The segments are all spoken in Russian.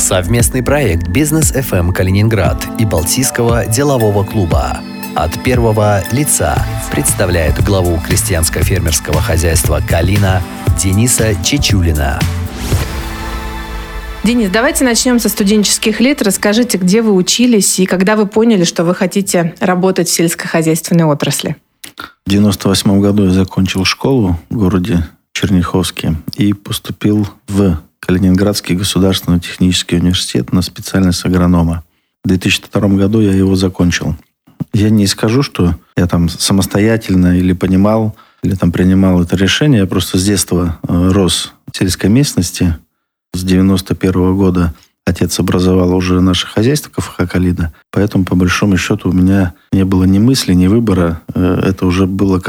Совместный проект «Бизнес ФМ Калининград» и Балтийского делового клуба «От первого лица» представляет главу крестьянско-фермерского хозяйства «Калина» Дениса Чечулина. Денис, давайте начнем со студенческих лет. Расскажите, где вы учились и когда вы поняли, что вы хотите работать в сельскохозяйственной отрасли? В 1998 году я закончил школу в городе Черняховске и поступил в Калининградский государственный технический университет на специальность агронома. В 2002 году я его закончил. Я не скажу, что я там самостоятельно или понимал, или там принимал это решение. Я просто с детства рос в сельской местности. С 1991 года отец образовал уже наше хозяйство КФХ «Калина». Поэтому, по большому счету, у меня не было ни мысли, ни выбора. Это уже было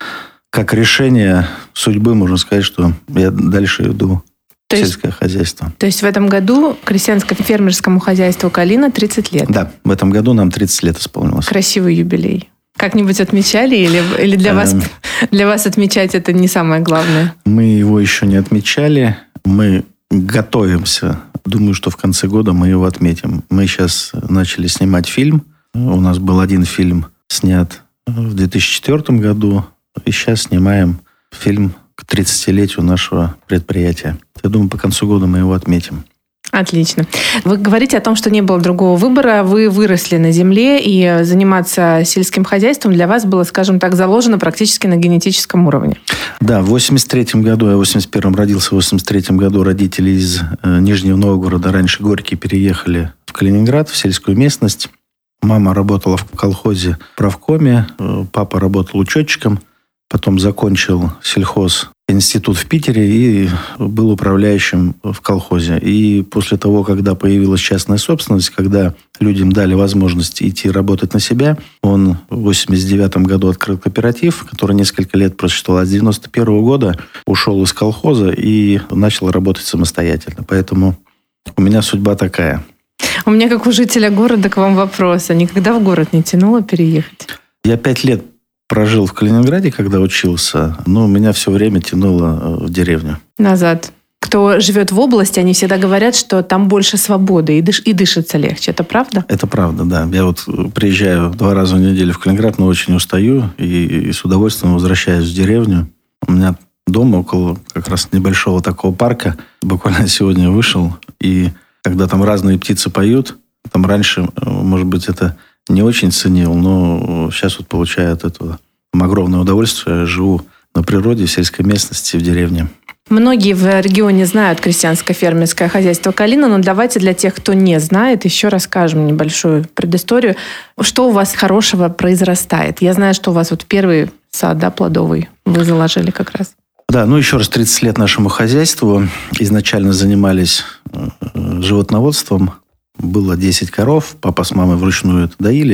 как решение судьбы, можно сказать, что я дальше иду в сельское хозяйство. То есть в этом году крестьянско-фермерскому хозяйству «Калина» 30 лет? Да, в этом году нам 30 лет исполнилось. Красивый юбилей. Как-нибудь отмечали или для вас отмечать это не самое главное? Мы его еще не отмечали. Мы готовимся. Думаю, что в конце года мы его отметим. Мы сейчас начали снимать фильм. У нас был один фильм снят в 2004 году. И сейчас снимаем фильм к 30-летию нашего предприятия. Я думаю, по концу года мы его отметим. Отлично. Вы говорите о том, что не было другого выбора. Вы выросли на земле, и заниматься сельским хозяйством для вас было, скажем так, заложено практически на генетическом уровне. Да, в 83-м году, я в 81-м родился, в 83-м году родители из Нижнего Новгорода, раньше Горький, переехали в Калининград, в сельскую местность. Мама работала в колхозе правкоме, папа работал учетчиком, потом закончил сельхозинститут в Питере и был управляющим в колхозе. И после того, когда появилась частная собственность, когда людям дали возможность идти работать на себя, он в 89 году открыл кооператив, который несколько лет просуществовал. А с 91 года ушел из колхоза и начал работать самостоятельно. Поэтому у меня судьба такая. У меня, как у жителя города, к вам вопрос. А никогда в город не тянуло переехать? Я 5 лет прожил в Калининграде, когда учился, но меня все время тянуло в деревню. Назад. Кто живет в области, они всегда говорят, что там больше свободы и дышится легче. Это правда? Это правда, да. Я вот приезжаю 2 раза в неделю в Калининград, но очень устаю и с удовольствием возвращаюсь в деревню. У меня дома около как раз небольшого такого парка. Буквально сегодня вышел, и когда там разные птицы поют, там раньше, может быть, это не очень ценил, но сейчас вот получаю от этого огромное удовольствие. Я живу на природе, в сельской местности, в деревне. Многие в регионе знают крестьянско-фермерское хозяйство «Калина», но давайте для тех, кто не знает, еще расскажем небольшую предысторию. Что у вас хорошего произрастает? Я знаю, что у вас вот первый сад, плодовый, вы заложили как раз. Да, еще раз 30 лет нашему хозяйству. Изначально занимались животноводством. Было 10 коров, папа с мамой вручную это доили.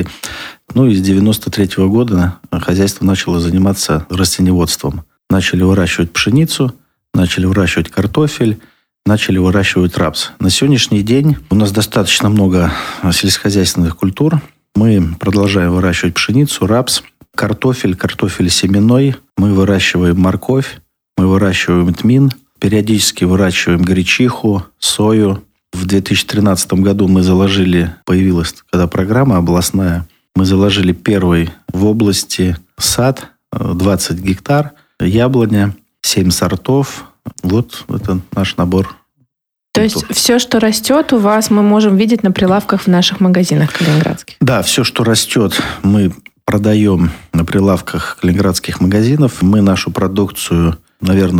И с 93 года хозяйство начало заниматься растениеводством. Начали выращивать пшеницу, начали выращивать картофель, начали выращивать рапс. На сегодняшний день у нас достаточно много сельскохозяйственных культур. Мы продолжаем выращивать пшеницу, рапс, картофель семенной. Мы выращиваем морковь, мы выращиваем тмин, периодически выращиваем гречиху, сою. В 2013 году мы заложили, появилась когда программа областная, мы заложили первый в области сад, 20 гектар, яблоня, 7 сортов. Вот это наш набор. То есть все, что растет у вас, мы можем видеть на прилавках в наших магазинах калининградских? Да, все, что растет, мы продаем на прилавках калининградских магазинов. Мы нашу продукцию, наверное,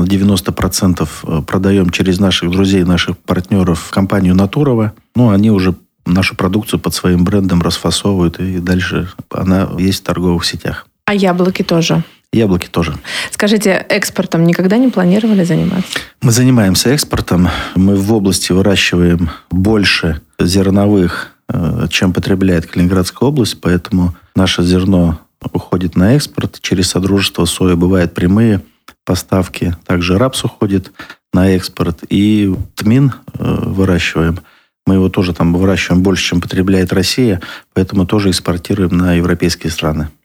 90% продаем через наших друзей, наших партнеров в компанию «Натурова». Они уже нашу продукцию под своим брендом расфасовывают, и дальше она есть в торговых сетях. А яблоки тоже? Яблоки тоже. Скажите, экспортом никогда не планировали заниматься? Мы занимаемся экспортом. Мы в области выращиваем больше зерновых, чем потребляет Калининградская область, поэтому наше зерно уходит на экспорт. Через Содружество сои бывают прямые поставки. Также рапс уходит на экспорт. И тмин выращиваем. Мы его тоже там выращиваем больше, чем потребляет Россия, поэтому тоже экспортируем на европейские страны.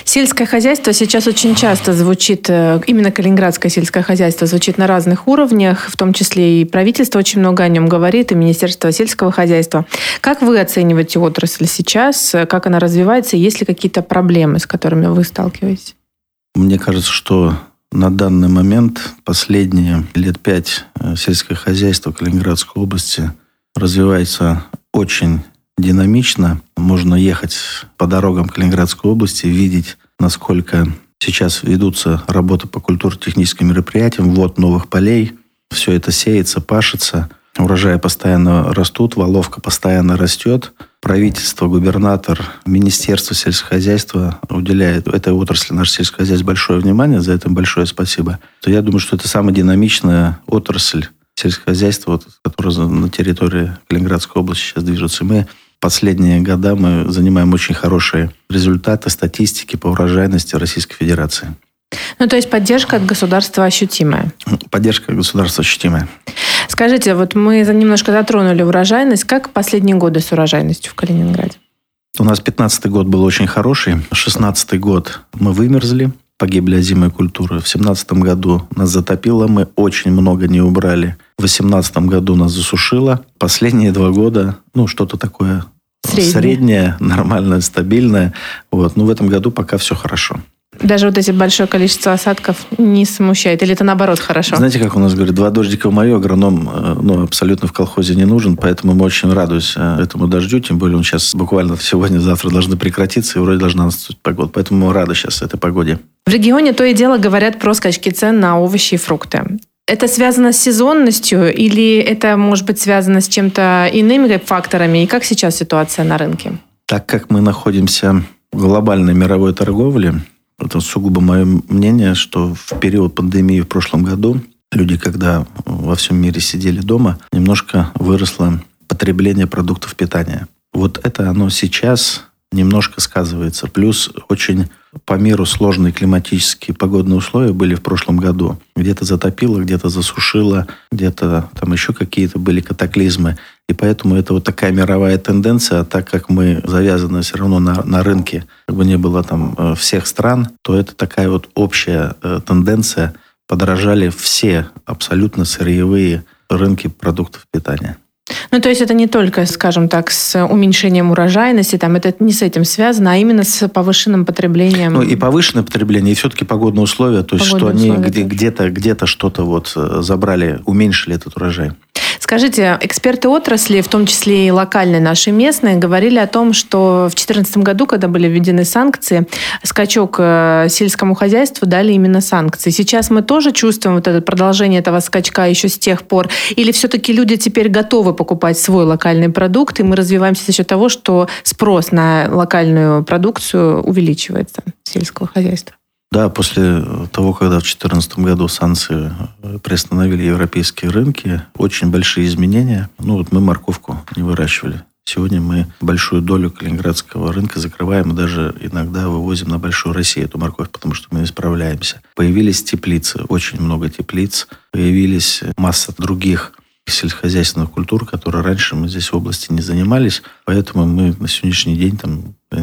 Сельское хозяйство сейчас очень часто звучит, именно калининградское сельское хозяйство звучит на разных уровнях, в том числе и правительство очень много о нем говорит, и Министерство сельского хозяйства. Как вы оцениваете отрасль сейчас? Как она развивается? Есть ли какие-то проблемы, с которыми вы сталкиваетесь? Мне кажется, что на данный момент последние лет 5 сельское хозяйство Калининградской области развивается очень динамично. Можно ехать по дорогам Калининградской области и видеть, насколько сейчас ведутся работы по культурно-техническим мероприятиям, ввод новых полей. Все это сеется, пашется. Урожаи постоянно растут, воловка постоянно растет. Правительство, губернатор, Министерство сельского хозяйства уделяет этой отрасли, наше сельское хозяйство, большое внимание. За это большое спасибо. То я думаю, что это самая динамичная отрасль сельского хозяйства, которая на территории Калининградской области сейчас движется. Мы последние года занимаем очень хорошие результаты статистики по урожайности Российской Федерации. То есть поддержка от государства ощутимая? Поддержка от государства ощутимая. Скажите, вот мы немножко затронули урожайность. Как последние годы с урожайностью в Калининграде? У нас 2015 год был очень хороший. 2016 год мы вымерзли, погибли озимые культуры. В 2017 году нас затопило, мы очень много не убрали. В 2018 году нас засушило. Последние 2 года, что-то такое среднее, нормальное, стабильное. В этом году пока все хорошо. Даже вот эти большое количество осадков не смущает? Или это наоборот хорошо? Знаете, как у нас говорят, 2 дождика в мою, агроном абсолютно в колхозе не нужен, поэтому мы очень радуемся этому дождю, тем более он сейчас буквально сегодня-завтра должны прекратиться, и вроде должна наступить погода. Поэтому мы рады сейчас этой погоде. В регионе то и дело говорят про скачки цен на овощи и фрукты. Это связано с сезонностью или это может быть связано с чем-то иными факторами? И как сейчас ситуация на рынке? Так как мы находимся в глобальной мировой торговле, это сугубо мое мнение, что в период пандемии в прошлом году люди, когда во всем мире сидели дома, немножко выросло потребление продуктов питания. Вот это оно сейчас немножко сказывается. Плюс очень по миру сложные климатические погодные условия были в прошлом году. Где-то затопило, где-то засушило, где-то там еще какие-то были катаклизмы. И поэтому это вот такая мировая тенденция. А так как мы завязаны все равно на рынке, как бы не было там всех стран, то это такая вот общая тенденция. Подорожали все абсолютно сырьевые рынки продуктов питания. То есть это не только, скажем так, с уменьшением урожайности, это не с этим связано, а именно с повышенным потреблением. И повышенное потребление, и все-таки погодные условия, то есть что они где-то что-то забрали, уменьшили этот урожай. Скажите, эксперты отрасли, в том числе и локальные наши местные, говорили о том, что в 2014 году, когда были введены санкции, скачок сельскому хозяйству дали именно санкции. Сейчас мы тоже чувствуем вот это продолжение этого скачка еще с тех пор? Или все-таки люди теперь готовы покупать свой локальный продукт, и мы развиваемся за счет того, что спрос на локальную продукцию увеличивается сельского хозяйства? Да, после того, когда в 2014 году санкции приостановили европейские рынки, очень большие изменения. Мы морковку не выращивали. Сегодня мы большую долю калининградского рынка закрываем и даже иногда вывозим на Большую Россию эту морковь, потому что мы не справляемся. Появились теплицы, очень много теплиц. Появились масса других сельскохозяйственных культур, которые раньше мы здесь в области не занимались. Поэтому мы на сегодняшний день, на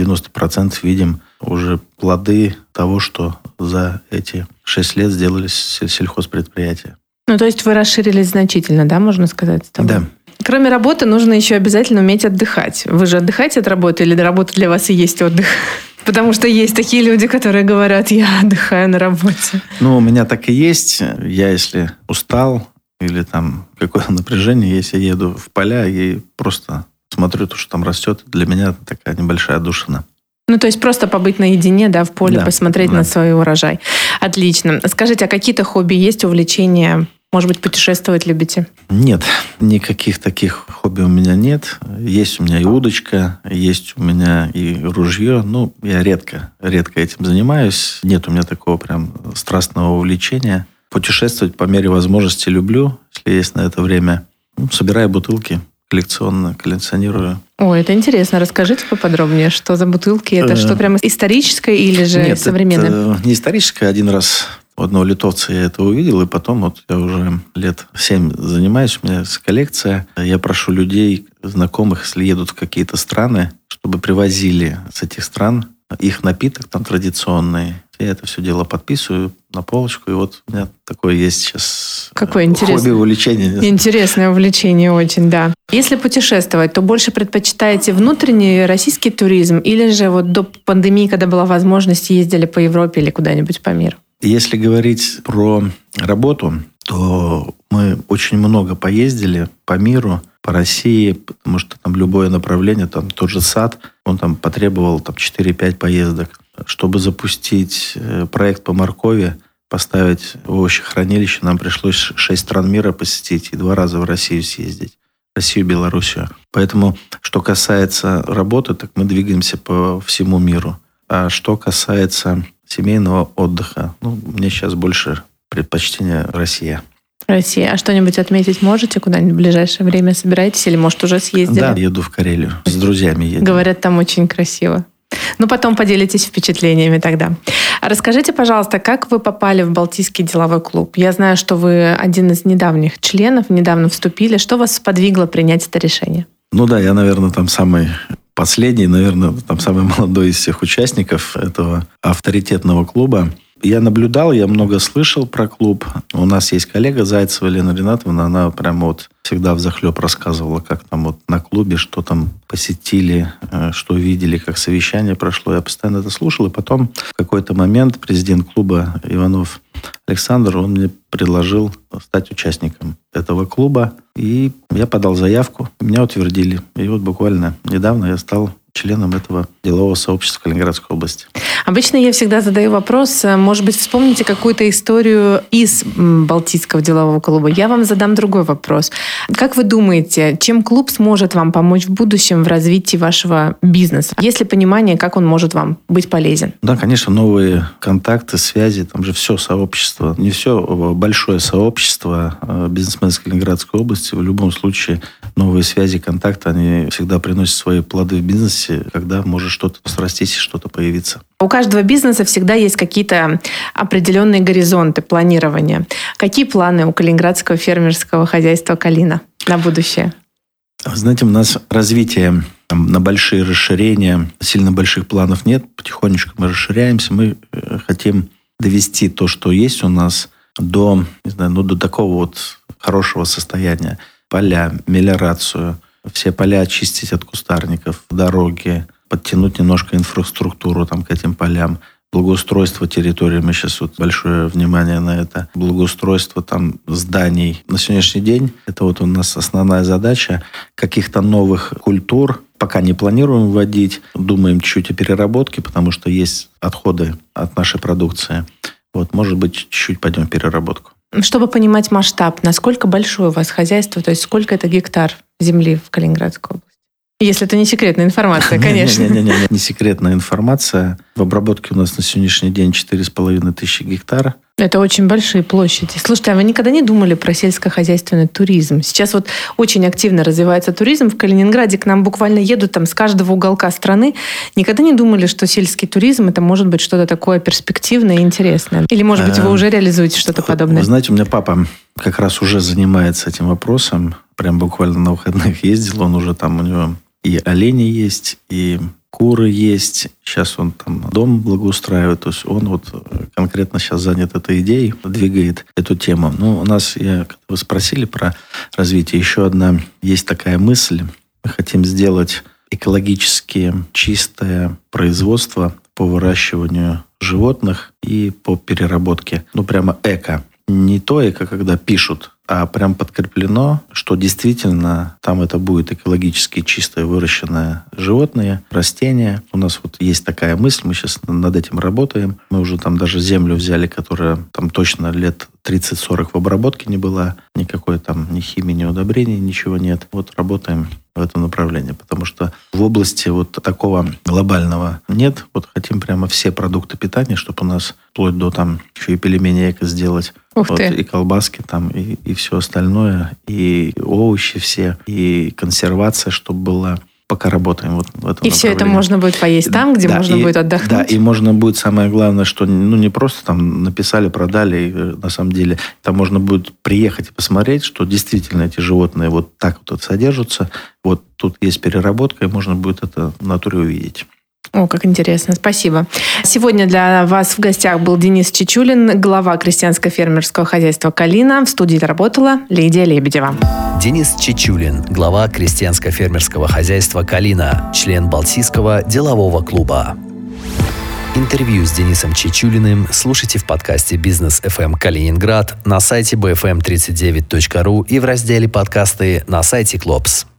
90% видим уже плоды того, что за эти 6 лет сделали сельхозпредприятия. То есть вы расширились значительно, да, можно сказать? Да. Кроме работы нужно еще обязательно уметь отдыхать. Вы же отдыхаете от работы или работа для вас и есть отдых? Потому что есть такие люди, которые говорят, я отдыхаю на работе. У меня так и есть. Я, если устал или там какое-то напряжение, если я еду в поля и просто смотрю то, что там растет, для меня такая небольшая отдушина. То есть просто побыть наедине, в поле, посмотреть на свой урожай. Отлично. Скажите, а какие-то хобби есть, увлечения? Может быть, путешествовать любите? Нет, никаких таких хобби у меня нет. Есть у меня и удочка, есть у меня и ружье. Я редко этим занимаюсь. Нет у меня такого прям страстного увлечения. Путешествовать по мере возможности люблю, если есть на это время. Собираю бутылки. Коллекционирую. Это интересно. Расскажите поподробнее, что за бутылки? Это что, прямо историческое или же современное? Нет, это не историческое. Один раз у одного литовца я это увидел, и потом я уже лет 7 занимаюсь, у меня есть коллекция. Я прошу людей, знакомых, если едут в какие-то страны, чтобы привозили с этих стран их напиток там традиционный. Я это все дело подписываю на полочку, и вот у меня такое есть сейчас хобби, увлечение. Интересное увлечение очень, да. Если путешествовать, то больше предпочитаете внутренний российский туризм или же вот до пандемии, когда была возможность, ездили по Европе или куда-нибудь по миру? Если говорить про работу, то мы очень много поездили по миру, по России, потому что там любое направление, там тот же сад, он там потребовал там 4-5 поездок. Чтобы запустить проект по моркови, поставить овощехранилище, нам пришлось 6 стран мира посетить и 2 раза в Россию съездить. Россию, Белоруссию. Поэтому, что касается работы, так мы двигаемся по всему миру. А что касается семейного отдыха, мне сейчас больше предпочтение Россия. Россия. А что-нибудь отметить можете? Куда-нибудь в ближайшее время собираетесь? Или, может, уже съездили? Да, еду в Карелию. С друзьями едем. Говорят, там очень красиво. Потом поделитесь впечатлениями тогда. Расскажите, пожалуйста, как вы попали в Балтийский деловой клуб? Я знаю, что вы один из недавних членов, недавно вступили. Что вас сподвигло принять это решение? Я, наверное, там самый последний, наверное, там самый молодой из всех участников этого авторитетного клуба. Я наблюдал, я много слышал про клуб. У нас есть коллега Зайцева Елена Ринатовна, она прямо всегда взахлеб рассказывала, как там на клубе, что там посетили, что видели, как совещание прошло. Я постоянно это слушал, и потом в какой-то момент президент клуба Иванов Александр, он мне предложил стать участником этого клуба, и я подал заявку, меня утвердили. И буквально недавно я стал членом этого делового сообщества Калининградской области. Обычно я всегда задаю вопрос, может быть, вспомните какую-то историю из Балтийского делового клуба. Я вам задам другой вопрос. Как вы думаете, чем клуб сможет вам помочь в будущем в развитии вашего бизнеса? Есть ли понимание, как он может вам быть полезен? Да, конечно, новые контакты, связи, там же все сообщество, не все, большое сообщество бизнесменов из Калининградской области. В любом случае, новые связи, контакты, они всегда приносят свои плоды в бизнесе, когда может что-то срастись и что-то появиться. У каждого бизнеса всегда есть какие-то определенные горизонты планирования. Какие планы у Калининградского фермерского хозяйства «Калина» на будущее? Знаете, у нас развитие на большие расширения, сильно больших планов нет. Потихонечку мы расширяемся. Мы хотим довести то, что есть у нас, до такого хорошего состояния. Поля, мелиорацию, все поля очистить от кустарников, дороги, подтянуть немножко инфраструктуру к этим полям, благоустройство территории. Мы сейчас большое внимание на это. Благоустройство зданий. На сегодняшний день это у нас основная задача. Каких-то новых культур пока не планируем вводить. Думаем чуть-чуть о переработке, потому что есть отходы от нашей продукции. Может быть, чуть-чуть пойдем в переработку. Чтобы понимать масштаб, насколько большое у вас хозяйство, то есть сколько это гектар земли в Калининградской области? Если это не секретная информация, конечно. Не секретная информация. В обработке у нас на сегодняшний день 4500 гектара. Это очень большие площади. Слушайте, а вы никогда не думали про сельскохозяйственный туризм? Сейчас очень активно развивается туризм. В Калининграде к нам буквально едут с каждого уголка страны. Никогда не думали, что сельский туризм это может быть что-то такое перспективное и интересное? Или, может быть, вы уже реализуете что-то подобное? Вы знаете, у меня папа как раз уже занимается этим вопросом. Прям буквально на выходных ездил. Он уже у него и олени есть, и куры есть. Сейчас он дом благоустраивает. То есть он конкретно сейчас занят этой идеей, двигает эту тему. У нас, когда вы спросили про развитие, еще одна есть такая мысль. Мы хотим сделать экологически чистое производство по выращиванию животных и по переработке. Прямо эко. Не то эко, когда пишут, а прям подкреплено, что действительно там это будет экологически чистое выращенное животное, растения. У нас есть такая мысль, мы сейчас над этим работаем. Мы уже даже землю взяли, которая точно лет 30-40 в обработке не была. Никакой ни химии, ни удобрений, ничего нет. Работаем в этом направлении, потому что в области такого глобального нет. Хотим прямо все продукты питания, чтобы у нас вплоть до еще и пельмени эко сделать. И колбаски и все остальное, и овощи все, и консервация, чтобы была. Пока работаем в этом направлении. И все это можно будет поесть там, где можно будет отдохнуть? Да, и можно будет, самое главное, что не просто написали, продали, и на самом деле там можно будет приехать и посмотреть, что действительно эти животные так содержатся. Тут есть переработка, и можно будет это в натуре увидеть. О, как интересно. Спасибо. Сегодня для вас в гостях был Денис Чечулин, глава крестьянско-фермерского хозяйства «Калина». В студии работала Лидия Лебедева. Денис Чечулин, глава крестьянско-фермерского хозяйства «Калина», член Балтийского делового клуба. Интервью с Денисом Чечулиным слушайте в подкасте «Бизнес FM Калининград» на сайте bfm39.ru и в разделе «Подкасты» на сайте Клопс.